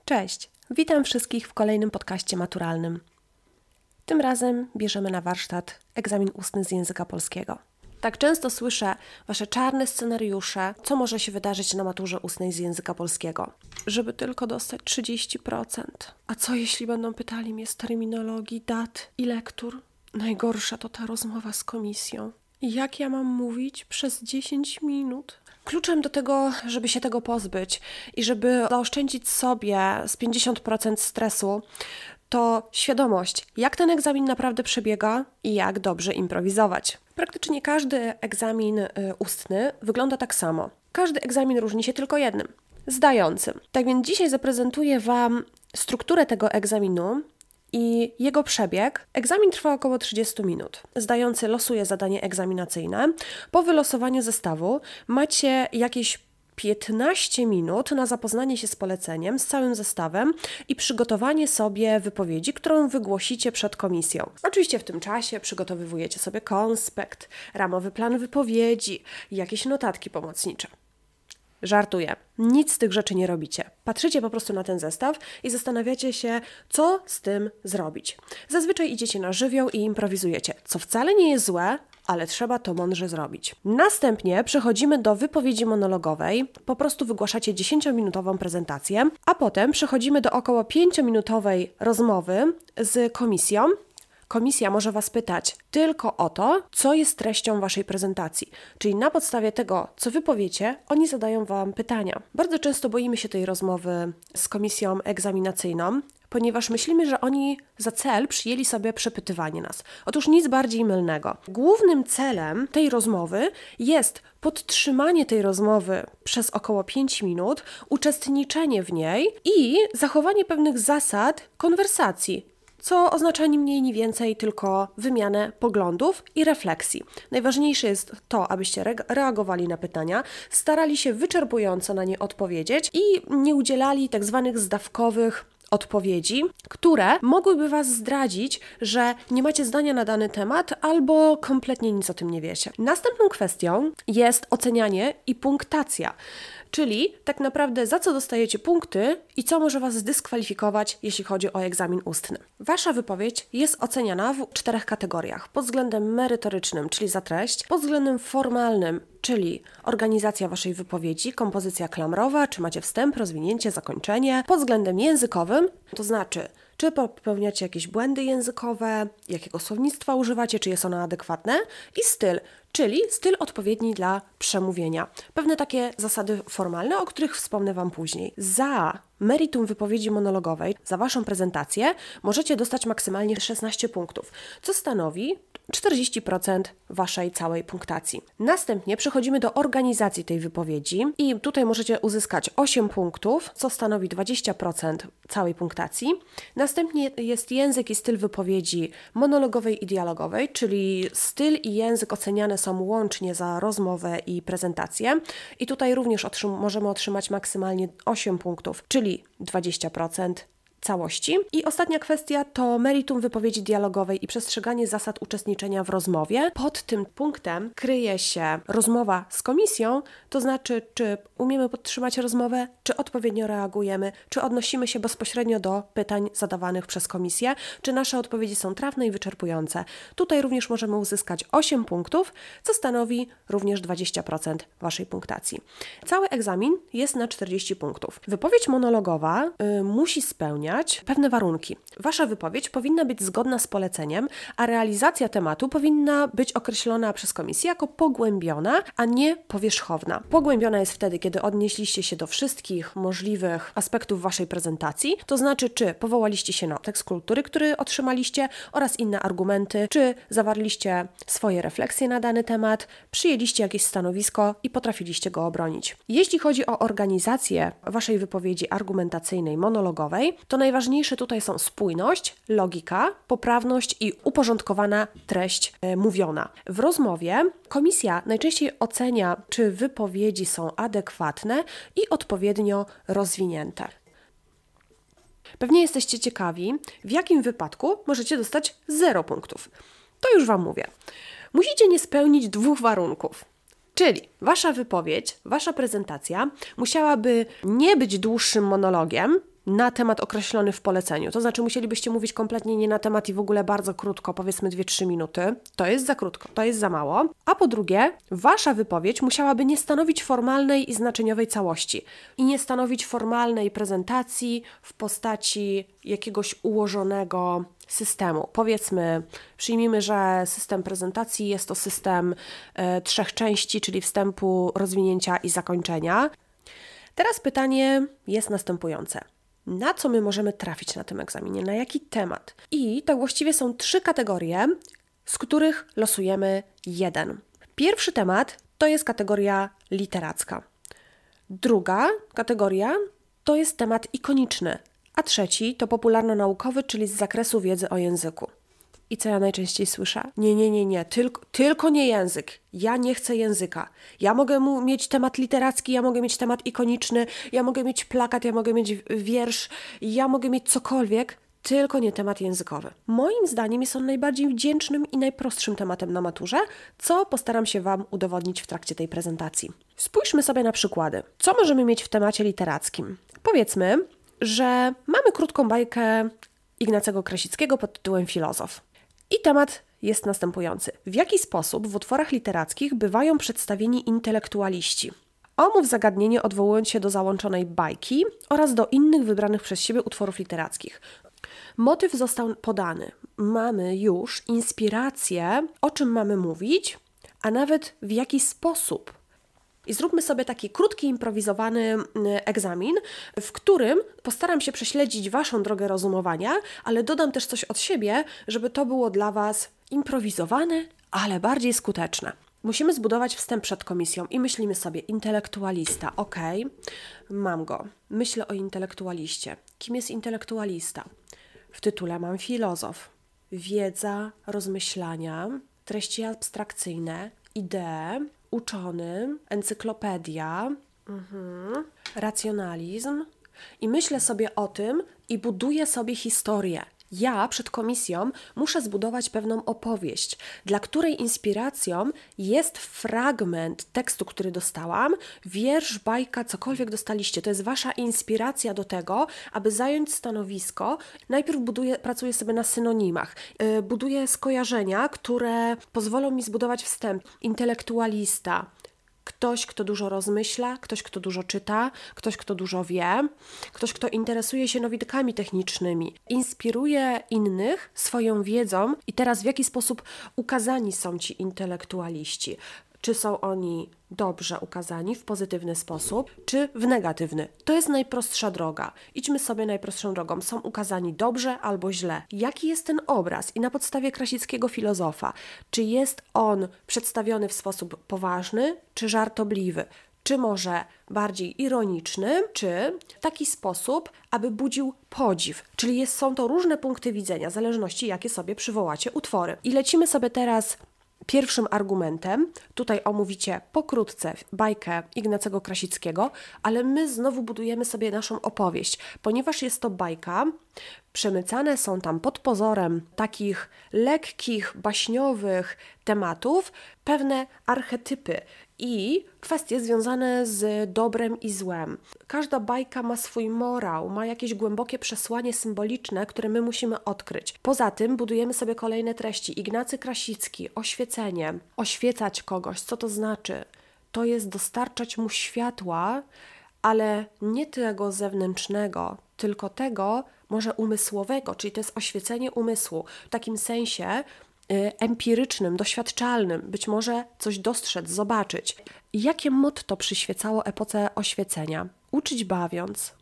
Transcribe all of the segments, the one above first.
Cześć, witam wszystkich w kolejnym podcaście maturalnym. Tym razem bierzemy na warsztat egzamin ustny z języka polskiego. Tak często słyszę Wasze czarne scenariusze, co może się wydarzyć na maturze ustnej z języka polskiego. Żeby tylko dostać 30%. A co jeśli będą pytali mnie z terminologii, dat i lektur? Najgorsza to ta rozmowa z komisją. Jak ja mam mówić przez 10 minut? Kluczem do tego, żeby się tego pozbyć i żeby zaoszczędzić sobie z 50% stresu, to świadomość, jak ten egzamin naprawdę przebiega i jak dobrze improwizować. Praktycznie każdy egzamin ustny wygląda tak samo. Każdy egzamin różni się tylko jednym – zdającym. Tak więc dzisiaj zaprezentuję Wam strukturę tego egzaminu i jego przebieg. Egzamin trwa około 30 minut. Zdający losuje zadanie egzaminacyjne. Po wylosowaniu zestawu macie jakieś 15 minut na zapoznanie się z poleceniem, z całym zestawem i przygotowanie sobie wypowiedzi, którą wygłosicie przed komisją. Oczywiście w tym czasie przygotowujecie sobie konspekt, ramowy plan wypowiedzi i jakieś notatki pomocnicze. Żartuję. Nic z tych rzeczy nie robicie. Patrzycie po prostu na ten zestaw i zastanawiacie się, co z tym zrobić. Zazwyczaj idziecie na żywioł i improwizujecie, co wcale nie jest złe, ale trzeba to mądrze zrobić. Następnie przechodzimy do wypowiedzi monologowej. Po prostu wygłaszacie 10-minutową prezentację, a potem przechodzimy do około 5-minutowej rozmowy z komisją. Komisja może Was pytać tylko o to, co jest treścią Waszej prezentacji. Czyli na podstawie tego, co Wy powiecie, oni zadają Wam pytania. Bardzo często boimy się tej rozmowy z komisją egzaminacyjną, ponieważ myślimy, że oni za cel przyjęli sobie przepytywanie nas. Otóż nic bardziej mylnego. Głównym celem tej rozmowy jest podtrzymanie tej rozmowy przez około 5 minut, uczestniczenie w niej i zachowanie pewnych zasad konwersacji, co oznacza ni mniej, ni więcej tylko wymianę poglądów i refleksji. Najważniejsze jest to, abyście reagowali na pytania, starali się wyczerpująco na nie odpowiedzieć i nie udzielali tak zwanych zdawkowych odpowiedzi, które mogłyby Was zdradzić, że nie macie zdania na dany temat albo kompletnie nic o tym nie wiecie. Następną kwestią jest ocenianie i punktacja. Czyli tak naprawdę za co dostajecie punkty i co może Was zdyskwalifikować, jeśli chodzi o egzamin ustny. Wasza wypowiedź jest oceniana w 4 kategoriach. Pod względem merytorycznym, czyli za treść, pod względem formalnym, czyli organizacja Waszej wypowiedzi, kompozycja klamrowa, czy macie wstęp, rozwinięcie, zakończenie. Pod względem językowym, to znaczy czy popełniacie jakieś błędy językowe, jakiego słownictwa używacie, czy jest ono adekwatne i styl, czyli styl odpowiedni dla przemówienia. Pewne takie zasady formalne, o których wspomnę Wam później. Za meritum wypowiedzi monologowej, za Waszą prezentację możecie dostać maksymalnie 16 punktów, co stanowi 40% Waszej całej punktacji. Następnie przechodzimy do organizacji tej wypowiedzi i tutaj możecie uzyskać 8 punktów, co stanowi 20% całej punktacji. Następnie jest język i styl wypowiedzi monologowej i dialogowej, czyli styl i język oceniane są łącznie za rozmowę i prezentację. I tutaj również możemy otrzymać maksymalnie 8 punktów, czyli 20% całości. I ostatnia kwestia to meritum wypowiedzi dialogowej i przestrzeganie zasad uczestniczenia w rozmowie. Pod tym punktem kryje się rozmowa z komisją, to znaczy, czy umiemy podtrzymać rozmowę, czy odpowiednio reagujemy, czy odnosimy się bezpośrednio do pytań zadawanych przez komisję, czy nasze odpowiedzi są trafne i wyczerpujące. Tutaj również możemy uzyskać 8 punktów, co stanowi również 20% Waszej punktacji. Cały egzamin jest na 40 punktów. Wypowiedź monologowa musi spełniać pewne warunki. Wasza wypowiedź powinna być zgodna z poleceniem, a realizacja tematu powinna być określona przez komisję jako pogłębiona, a nie powierzchowna. Pogłębiona jest wtedy, kiedy odnieśliście się do wszystkich możliwych aspektów Waszej prezentacji, to znaczy, czy powołaliście się na tekst kultury, który otrzymaliście oraz inne argumenty, czy zawarliście swoje refleksje na dany temat, przyjęliście jakieś stanowisko i potrafiliście go obronić. Jeśli chodzi o organizację Waszej wypowiedzi argumentacyjnej, monologowej, to najważniejsze tutaj są spójność, logika, poprawność i uporządkowana treść mówiona. W rozmowie komisja najczęściej ocenia, czy wypowiedzi są adekwatne i odpowiednio rozwinięte. Pewnie jesteście ciekawi, w jakim wypadku możecie dostać 0 punktów. To już Wam mówię. Musicie nie spełnić 2 warunków. Czyli Wasza wypowiedź, Wasza prezentacja musiałaby nie być dłuższym monologiem, na temat określony w poleceniu. To znaczy musielibyście mówić kompletnie nie na temat i w ogóle bardzo krótko, powiedzmy 2-3 minuty. To jest za krótko, to jest za mało. A po drugie, wasza wypowiedź musiałaby nie stanowić formalnej i znaczeniowej całości i nie stanowić formalnej prezentacji w postaci jakiegoś ułożonego systemu. Powiedzmy, przyjmijmy, że system prezentacji jest to system 3 części, czyli wstępu, rozwinięcia i zakończenia. Teraz pytanie jest następujące. Na co my możemy trafić na tym egzaminie? Na jaki temat? I tak właściwie są 3 kategorie, z których losujemy jeden. Pierwszy temat to jest kategoria literacka. Druga kategoria to jest temat ikoniczny, a trzeci to popularno-naukowy, czyli z zakresu wiedzy o języku. I co ja najczęściej słyszę? Nie, tylko nie język. Ja nie chcę języka. Ja mogę mieć temat literacki, ja mogę mieć temat ikoniczny, ja mogę mieć plakat, ja mogę mieć wiersz, ja mogę mieć cokolwiek, tylko nie temat językowy. Moim zdaniem jest on najbardziej wdzięcznym i najprostszym tematem na maturze, co postaram się Wam udowodnić w trakcie tej prezentacji. Spójrzmy sobie na przykłady. Co możemy mieć w temacie literackim? Powiedzmy, że mamy krótką bajkę Ignacego Krasickiego pod tytułem Filozof. I temat jest następujący. W jaki sposób w utworach literackich bywają przedstawieni intelektualiści? Omów zagadnienie odwołując się do załączonej bajki oraz do innych wybranych przez siebie utworów literackich. Motyw został podany. Mamy już inspirację, o czym mamy mówić, a nawet w jaki sposób. I zróbmy sobie taki krótki, improwizowany egzamin, w którym postaram się prześledzić Waszą drogę rozumowania, ale dodam też coś od siebie, żeby to było dla Was improwizowane, ale bardziej skuteczne. Musimy zbudować wstęp przed komisją i myślimy sobie intelektualista, mam go. Myślę o intelektualiście. Kim jest intelektualista? W tytule mam filozof. Wiedza, rozmyślania, treści abstrakcyjne, idee, uczony, encyklopedia, racjonalizm i myślę sobie o tym i buduję sobie historię. Ja przed komisją muszę zbudować pewną opowieść, dla której inspiracją jest fragment tekstu, który dostałam, wiersz, bajka, cokolwiek dostaliście. To jest Wasza inspiracja do tego, aby zająć stanowisko. Najpierw pracuję sobie na synonimach, buduję skojarzenia, które pozwolą mi zbudować wstęp. Intelektualista. Ktoś, kto dużo rozmyśla, ktoś, kto dużo czyta, ktoś, kto dużo wie, ktoś, kto interesuje się nowinkami technicznymi, inspiruje innych swoją wiedzą i teraz w jaki sposób ukazani są ci intelektualiści. Czy są oni dobrze ukazani w pozytywny sposób, czy w negatywny. To jest najprostsza droga. Idźmy sobie najprostszą drogą. Są ukazani dobrze albo źle. Jaki jest ten obraz? I na podstawie Krasickiego filozofa, czy jest on przedstawiony w sposób poważny, czy żartobliwy? Czy może bardziej ironiczny, czy w taki sposób, aby budził podziw. Czyli są to różne punkty widzenia, w zależności jakie sobie przywołacie utwory. I lecimy sobie teraz pierwszym argumentem. Tutaj omówicie pokrótce bajkę Ignacego Krasickiego, ale my znowu budujemy sobie naszą opowieść. Ponieważ jest to bajka, przemycane są tam pod pozorem takich lekkich, baśniowych tematów pewne archetypy i kwestie związane z dobrem i złem. Każda bajka ma swój morał, ma jakieś głębokie przesłanie symboliczne, które my musimy odkryć. Poza tym budujemy sobie kolejne treści. Ignacy Krasicki, oświecenie, oświecać kogoś. Co to znaczy? To jest dostarczać mu światła, ale nie tego zewnętrznego, tylko tego może umysłowego, czyli to jest oświecenie umysłu. W takim sensie empirycznym, doświadczalnym, być może coś dostrzec, zobaczyć. Jakie motto przyświecało epoce oświecenia? Uczyć bawiąc.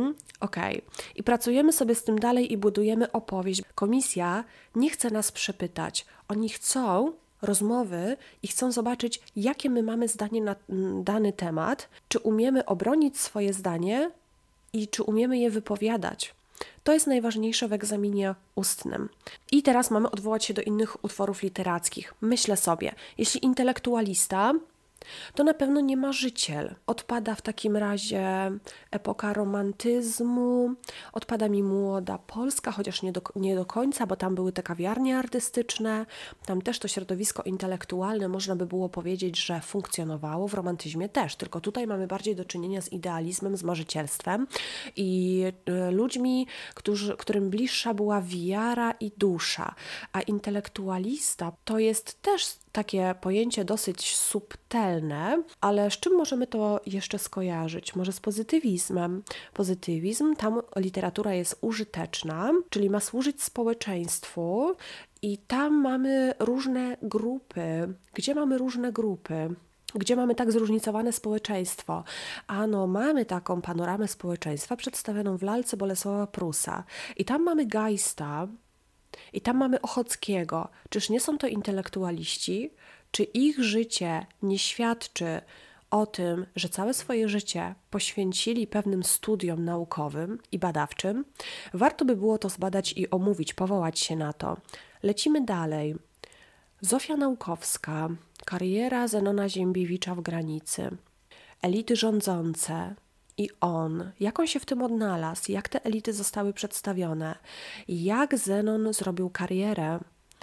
I pracujemy sobie z tym dalej i budujemy opowieść. Komisja nie chce nas przepytać. Oni chcą rozmowy i chcą zobaczyć, jakie my mamy zdanie na dany temat, czy umiemy obronić swoje zdanie i czy umiemy je wypowiadać. To jest najważniejsze w egzaminie ustnym. I teraz mamy odwołać się do innych utworów literackich. Myślę sobie, jeśli intelektualista, To na pewno nie marzyciel. Odpada w takim razie epoka romantyzmu, odpada mi młoda Polska, chociaż nie do końca, bo tam były te kawiarnie artystyczne, tam też to środowisko intelektualne, można by było powiedzieć, że funkcjonowało, w romantyzmie też, tylko tutaj mamy bardziej do czynienia z idealizmem, z marzycielstwem i ludźmi, którym bliższa była wiara i dusza, a intelektualista to jest też takie pojęcie dosyć subtelne, ale z czym możemy to jeszcze skojarzyć? Może z pozytywizmem. Pozytywizm, tam literatura jest użyteczna, czyli ma służyć społeczeństwu i tam mamy różne grupy. Gdzie mamy różne grupy? Gdzie mamy tak zróżnicowane społeczeństwo? Ano, mamy taką panoramę społeczeństwa przedstawioną w lalce Bolesława Prusa. I tam mamy Geista, i tam mamy Ochockiego. Czyż nie są to intelektualiści? Czy ich życie nie świadczy o tym, że całe swoje życie poświęcili pewnym studiom naukowym i badawczym? Warto by było to zbadać i omówić, powołać się na to. Lecimy dalej. Zofia Naukowska, kariera Zenona Ziembiewicza w Granicy, elity rządzące i on, jak on się w tym odnalazł, jak te elity zostały przedstawione, jak Zenon zrobił karierę,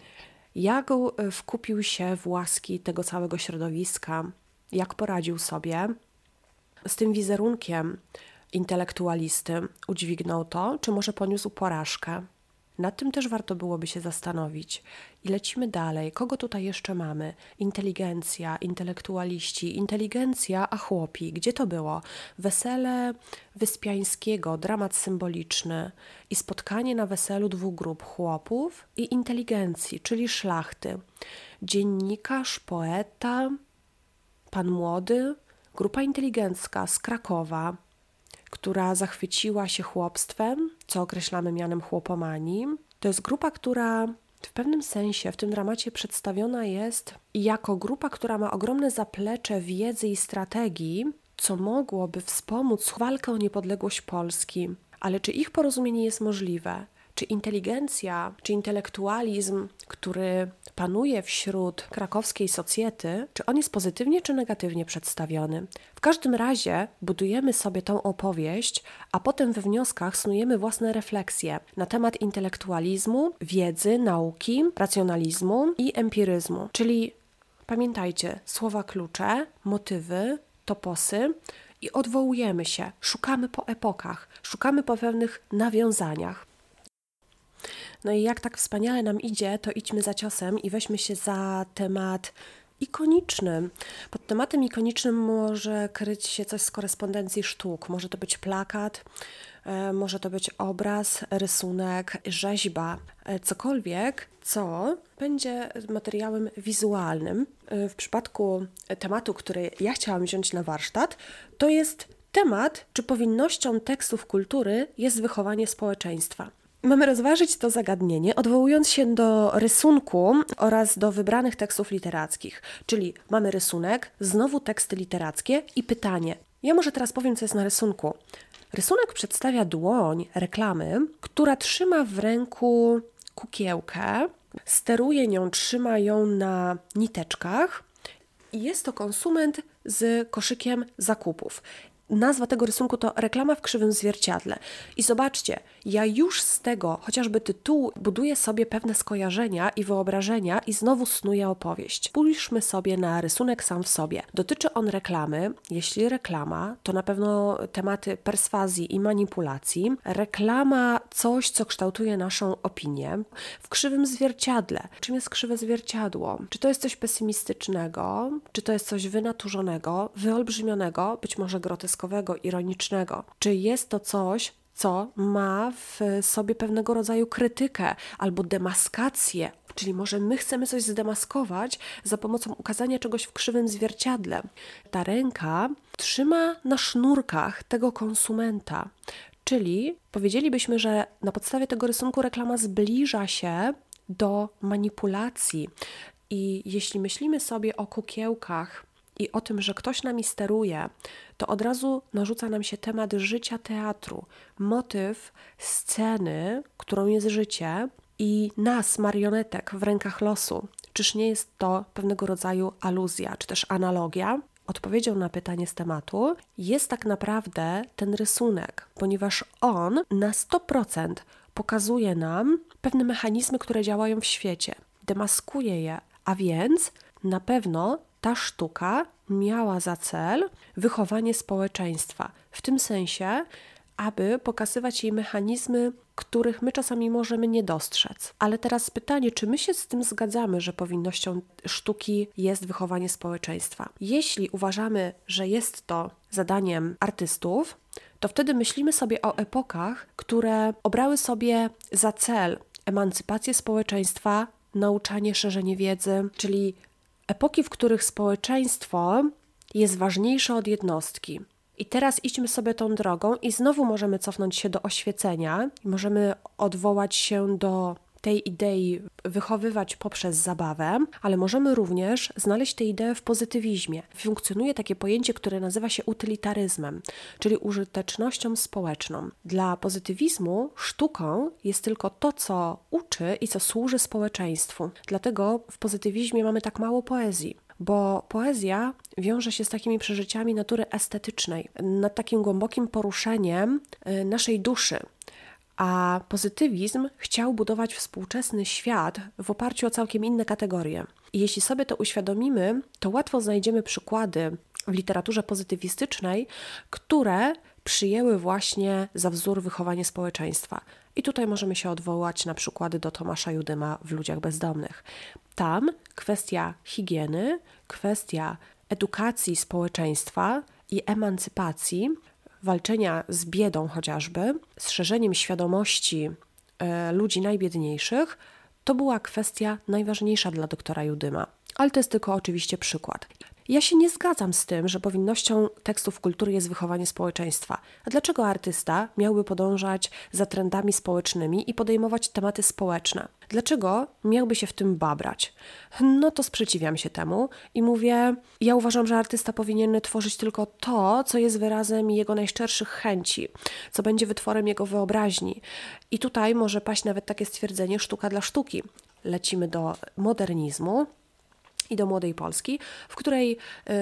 jak wkupił się w łaski tego całego środowiska, jak poradził sobie z tym wizerunkiem intelektualisty, udźwignął to, czy może poniósł porażkę. Nad tym też warto byłoby się zastanowić. I lecimy dalej. Kogo tutaj jeszcze mamy? Inteligencja, intelektualiści, inteligencja, a chłopi. Gdzie to było? Wesele Wyspiańskiego, dramat symboliczny i spotkanie na weselu dwóch grup chłopów i inteligencji, czyli szlachty. Dziennikarz, poeta, pan młody, grupa inteligencka z Krakowa, która zachwyciła się chłopstwem, co określamy mianem chłopomanii. To jest grupa, która w pewnym sensie w tym dramacie przedstawiona jest jako grupa, która ma ogromne zaplecze wiedzy i strategii, co mogłoby wspomóc walkę o niepodległość Polski. Ale czy ich porozumienie jest możliwe? Czy inteligencja, czy intelektualizm, który panuje wśród krakowskiej socjety, czy on jest pozytywnie czy negatywnie przedstawiony? W każdym razie budujemy sobie tą opowieść, a potem we wnioskach snujemy własne refleksje na temat intelektualizmu, wiedzy, nauki, racjonalizmu i empiryzmu. Czyli pamiętajcie, słowa klucze, motywy, toposy i odwołujemy się, szukamy po epokach, szukamy po pewnych nawiązaniach. No i jak tak wspaniale nam idzie, to idźmy za ciosem i weźmy się za temat ikoniczny. Pod tematem ikonicznym może kryć się coś z korespondencji sztuk. Może to być plakat, może to być obraz, rysunek, rzeźba, cokolwiek, co będzie materiałem wizualnym. W przypadku tematu, który ja chciałam wziąć na warsztat, to jest temat, czy powinnością tekstów kultury jest wychowanie społeczeństwa. Mamy rozważyć to zagadnienie, odwołując się do rysunku oraz do wybranych tekstów literackich. Czyli mamy rysunek, znowu teksty literackie i pytanie. Ja może teraz powiem, co jest na rysunku. Rysunek przedstawia dłoń reklamy, która trzyma w ręku kukiełkę, steruje nią, trzyma ją na niteczkach i jest to konsument z koszykiem zakupów. Nazwa tego rysunku to reklama w krzywym zwierciadle. I zobaczcie, ja już z tego, chociażby tytułu, buduję sobie pewne skojarzenia i wyobrażenia i znowu snuję opowieść. Spójrzmy sobie na rysunek sam w sobie. Dotyczy on reklamy. Jeśli reklama, to na pewno tematy perswazji i manipulacji. Reklama coś, co kształtuje naszą opinię. W krzywym zwierciadle. Czym jest krzywe zwierciadło? Czy to jest coś pesymistycznego? Czy to jest coś wynaturzonego, wyolbrzymionego, być może groteskowego, ironicznego? Czy jest to coś, co ma w sobie pewnego rodzaju krytykę albo demaskację? Czyli może my chcemy coś zdemaskować za pomocą ukazania czegoś w krzywym zwierciadle. Ta ręka trzyma na sznurkach tego konsumenta. Czyli powiedzielibyśmy, że na podstawie tego rysunku reklama zbliża się do manipulacji. I jeśli myślimy sobie o kukiełkach i o tym, że ktoś nami steruje, to od razu narzuca nam się temat życia teatru, motyw sceny, którą jest życie i nas, marionetek w rękach losu. Czyż nie jest to pewnego rodzaju aluzja, czy też analogia? odpowiedzią na pytanie z tematu jest tak naprawdę ten rysunek, ponieważ on na 100% pokazuje nam pewne mechanizmy, które działają w świecie, demaskuje je, a więc na pewno ta sztuka miała za cel wychowanie społeczeństwa, w tym sensie, aby pokazywać jej mechanizmy, których my czasami możemy nie dostrzec. Ale teraz pytanie, czy my się z tym zgadzamy, że powinnością sztuki jest wychowanie społeczeństwa? Jeśli uważamy, że jest to zadaniem artystów, to wtedy myślimy sobie o epokach, które obrały sobie za cel emancypację społeczeństwa, nauczanie, szerzenie wiedzy, czyli epoki, w których społeczeństwo jest ważniejsze od jednostki. I teraz idźmy sobie tą drogą i znowu możemy cofnąć się do oświecenia, możemy odwołać się do tej idei wychowywać poprzez zabawę, ale możemy również znaleźć tę ideę w pozytywizmie. Funkcjonuje takie pojęcie, które nazywa się utylitaryzmem, czyli użytecznością społeczną. Dla pozytywizmu sztuką jest tylko to, co uczy i co służy społeczeństwu. Dlatego w pozytywizmie mamy tak mało poezji. Bo poezja wiąże się z takimi przeżyciami natury estetycznej, nad takim głębokim poruszeniem naszej duszy. A pozytywizm chciał budować współczesny świat w oparciu o całkiem inne kategorie. I jeśli sobie to uświadomimy, to łatwo znajdziemy przykłady w literaturze pozytywistycznej, które przyjęły właśnie za wzór wychowanie społeczeństwa. I tutaj możemy się odwołać na przykłady do Tomasza Judyma w Ludziach Bezdomnych. Tam kwestia higieny, kwestia edukacji społeczeństwa i emancypacji, walczenia z biedą chociażby, z szerzeniem świadomości ludzi najbiedniejszych, to była kwestia najważniejsza dla doktora Judyma. Ale to jest tylko oczywiście przykład. Ja się nie zgadzam z tym, że powinnością tekstów kultury jest wychowanie społeczeństwa. A dlaczego artysta miałby podążać za trendami społecznymi i podejmować tematy społeczne? Dlaczego miałby się w tym babrać? No to sprzeciwiam się temu i mówię, ja uważam, że artysta powinien tworzyć tylko to, co jest wyrazem jego najszczerszych chęci, co będzie wytworem jego wyobraźni. I tutaj może paść nawet takie stwierdzenie sztuka dla sztuki. Lecimy do modernizmu i do Młodej Polski, w której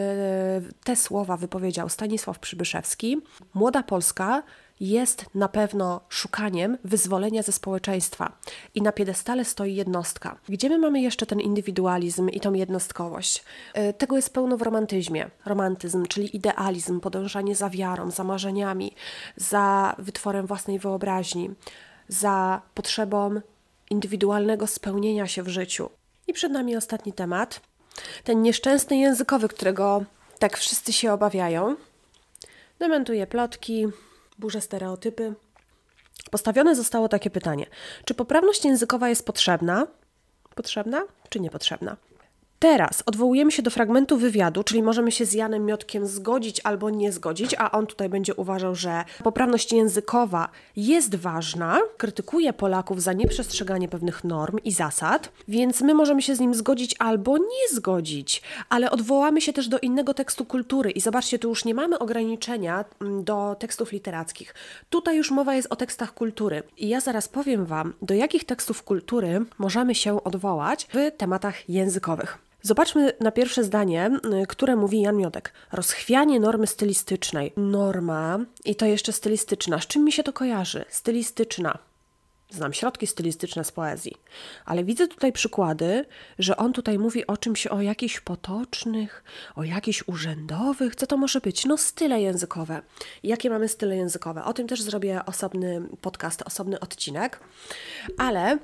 te słowa wypowiedział Stanisław Przybyszewski. Młoda Polska jest na pewno szukaniem wyzwolenia ze społeczeństwa i na piedestale stoi jednostka. Gdzie my mamy jeszcze ten indywidualizm i tą jednostkowość? Tego jest pełno w romantyzmie. Romantyzm, czyli idealizm, podążanie za wiarą, za marzeniami, za wytworem własnej wyobraźni, za potrzebą indywidualnego spełnienia się w życiu. I przed nami ostatni temat, ten nieszczęsny językowy, którego tak wszyscy się obawiają. Dementuje plotki, burze stereotypy. Postawione zostało takie pytanie, czy poprawność językowa jest potrzebna? Potrzebna czy niepotrzebna? Teraz odwołujemy się do fragmentu wywiadu, czyli możemy się z Janem Miotkiem zgodzić albo nie zgodzić, a on tutaj będzie uważał, że poprawność językowa jest ważna, krytykuje Polaków za nieprzestrzeganie pewnych norm i zasad, więc my możemy się z nim zgodzić albo nie zgodzić, ale odwołamy się też do innego tekstu kultury i zobaczcie, tu już nie mamy ograniczenia do tekstów literackich. Tutaj już mowa jest o tekstach kultury i ja zaraz powiem Wam, do jakich tekstów kultury możemy się odwołać w tematach językowych. Zobaczmy na pierwsze zdanie, które mówi Jan Miotek. Rozchwianie normy stylistycznej. Norma i to jeszcze stylistyczna. Z czym mi się to kojarzy? Stylistyczna. Znam środki stylistyczne z poezji, ale widzę tutaj przykłady, że on tutaj mówi o czymś, o jakichś potocznych, o jakichś urzędowych. Co to może być? No style językowe. Jakie mamy style językowe? O tym też zrobię osobny podcast, osobny odcinek, ale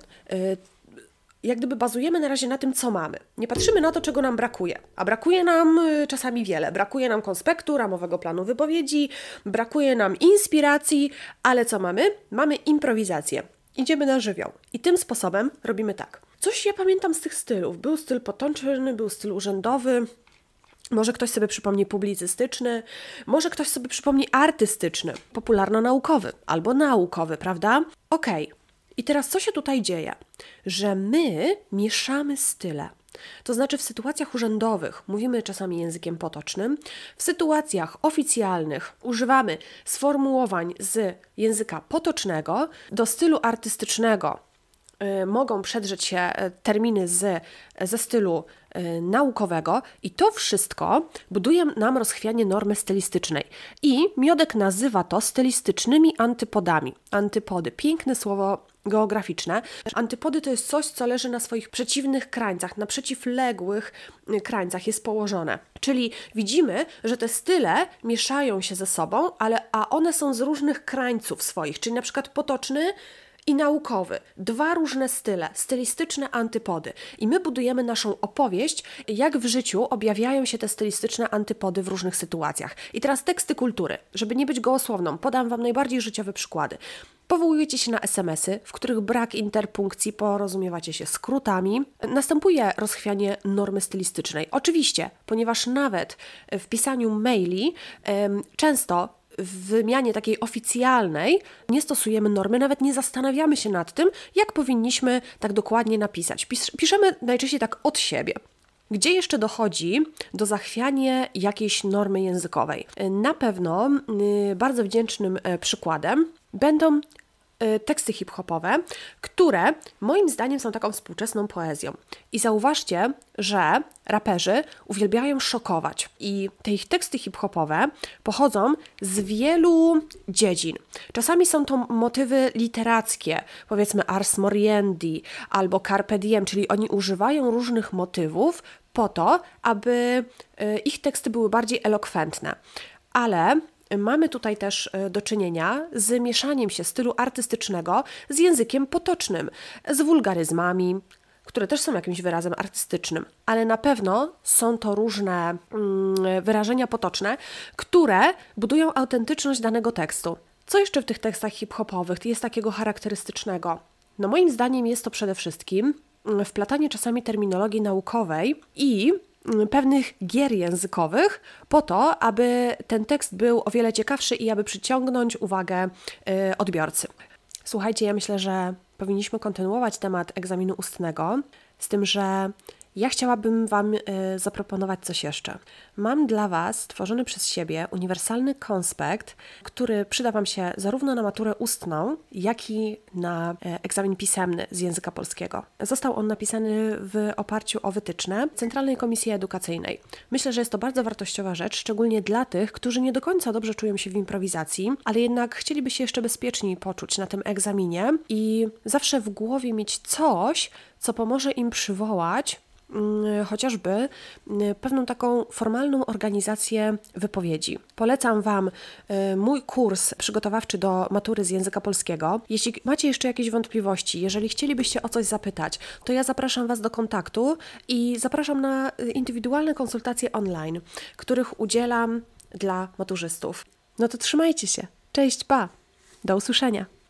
jak gdyby bazujemy na razie na tym, co mamy. Nie patrzymy na to, czego nam brakuje. A brakuje nam czasami wiele. Brakuje nam konspektu, ramowego planu wypowiedzi, brakuje nam inspiracji, ale co mamy? Mamy improwizację. Idziemy na żywioł. I tym sposobem robimy tak. Coś ja pamiętam z tych stylów. Był styl potoczny, był styl urzędowy, może ktoś sobie przypomni publicystyczny, może ktoś sobie przypomni artystyczny, popularno-naukowy albo naukowy, prawda? Okej. I teraz co się tutaj dzieje? Że my mieszamy style. To znaczy w sytuacjach urzędowych mówimy czasami językiem potocznym, w sytuacjach oficjalnych używamy sformułowań z języka potocznego, do stylu artystycznego mogą przedrzeć się terminy ze stylu naukowego i to wszystko buduje nam rozchwianie normy stylistycznej. I Miodek nazywa to stylistycznymi antypodami. Antypody, piękne słowo geograficzne. Antypody to jest coś, co leży na swoich przeciwnych krańcach, na przeciwległych krańcach jest położone. Czyli widzimy, że te style mieszają się ze sobą, a one są z różnych krańców swoich, czyli na przykład potoczny i naukowy. Dwa różne style, stylistyczne antypody. I my budujemy naszą opowieść, jak w życiu objawiają się te stylistyczne antypody w różnych sytuacjach. I teraz teksty kultury. Żeby nie być gołosłowną, podam Wam najbardziej życiowe przykłady. Powołujecie się na SMS-y, w których brak interpunkcji, porozumiewacie się skrótami. Następuje rozchwianie normy stylistycznej. Oczywiście, ponieważ nawet w pisaniu maili często w wymianie takiej oficjalnej nie stosujemy normy, nawet nie zastanawiamy się nad tym, jak powinniśmy tak dokładnie napisać. Piszemy najczęściej tak od siebie. Gdzie jeszcze dochodzi do zachwiania jakiejś normy językowej? Na pewno bardzo wdzięcznym przykładem będą teksty hip-hopowe, które moim zdaniem są taką współczesną poezją. I zauważcie, że raperzy uwielbiają szokować. I te ich teksty hip-hopowe pochodzą z wielu dziedzin. Czasami są to motywy literackie, powiedzmy Ars Moriendi albo Carpe Diem, czyli oni używają różnych motywów po to, aby ich teksty były bardziej elokwentne. Ale mamy tutaj też do czynienia z mieszaniem się stylu artystycznego z językiem potocznym, z wulgaryzmami, które też są jakimś wyrazem artystycznym, ale na pewno są to różne wyrażenia potoczne, które budują autentyczność danego tekstu. Co jeszcze w tych tekstach hip-hopowych jest takiego charakterystycznego? No moim zdaniem jest to przede wszystkim wplatanie czasami terminologii naukowej i pewnych gier językowych po to, aby ten tekst był o wiele ciekawszy i aby przyciągnąć uwagę odbiorcy. Słuchajcie, ja myślę, że powinniśmy kontynuować temat egzaminu ustnego, z tym, że ja chciałabym Wam zaproponować coś jeszcze. Mam dla Was stworzony przez siebie uniwersalny konspekt, który przyda Wam się zarówno na maturę ustną, jak i na egzamin pisemny z języka polskiego. Został on napisany w oparciu o wytyczne Centralnej Komisji Edukacyjnej. Myślę, że jest to bardzo wartościowa rzecz, szczególnie dla tych, którzy nie do końca dobrze czują się w improwizacji, ale jednak chcieliby się jeszcze bezpieczniej poczuć na tym egzaminie i zawsze w głowie mieć coś, co pomoże im przywołać chociażby pewną taką formalną organizację wypowiedzi. Polecam Wam mój kurs przygotowawczy do matury z języka polskiego. Jeśli macie jeszcze jakieś wątpliwości, jeżeli chcielibyście o coś zapytać, to ja zapraszam Was do kontaktu i zapraszam na indywidualne konsultacje online, których udzielam dla maturzystów. No to trzymajcie się. Cześć, pa! Do usłyszenia!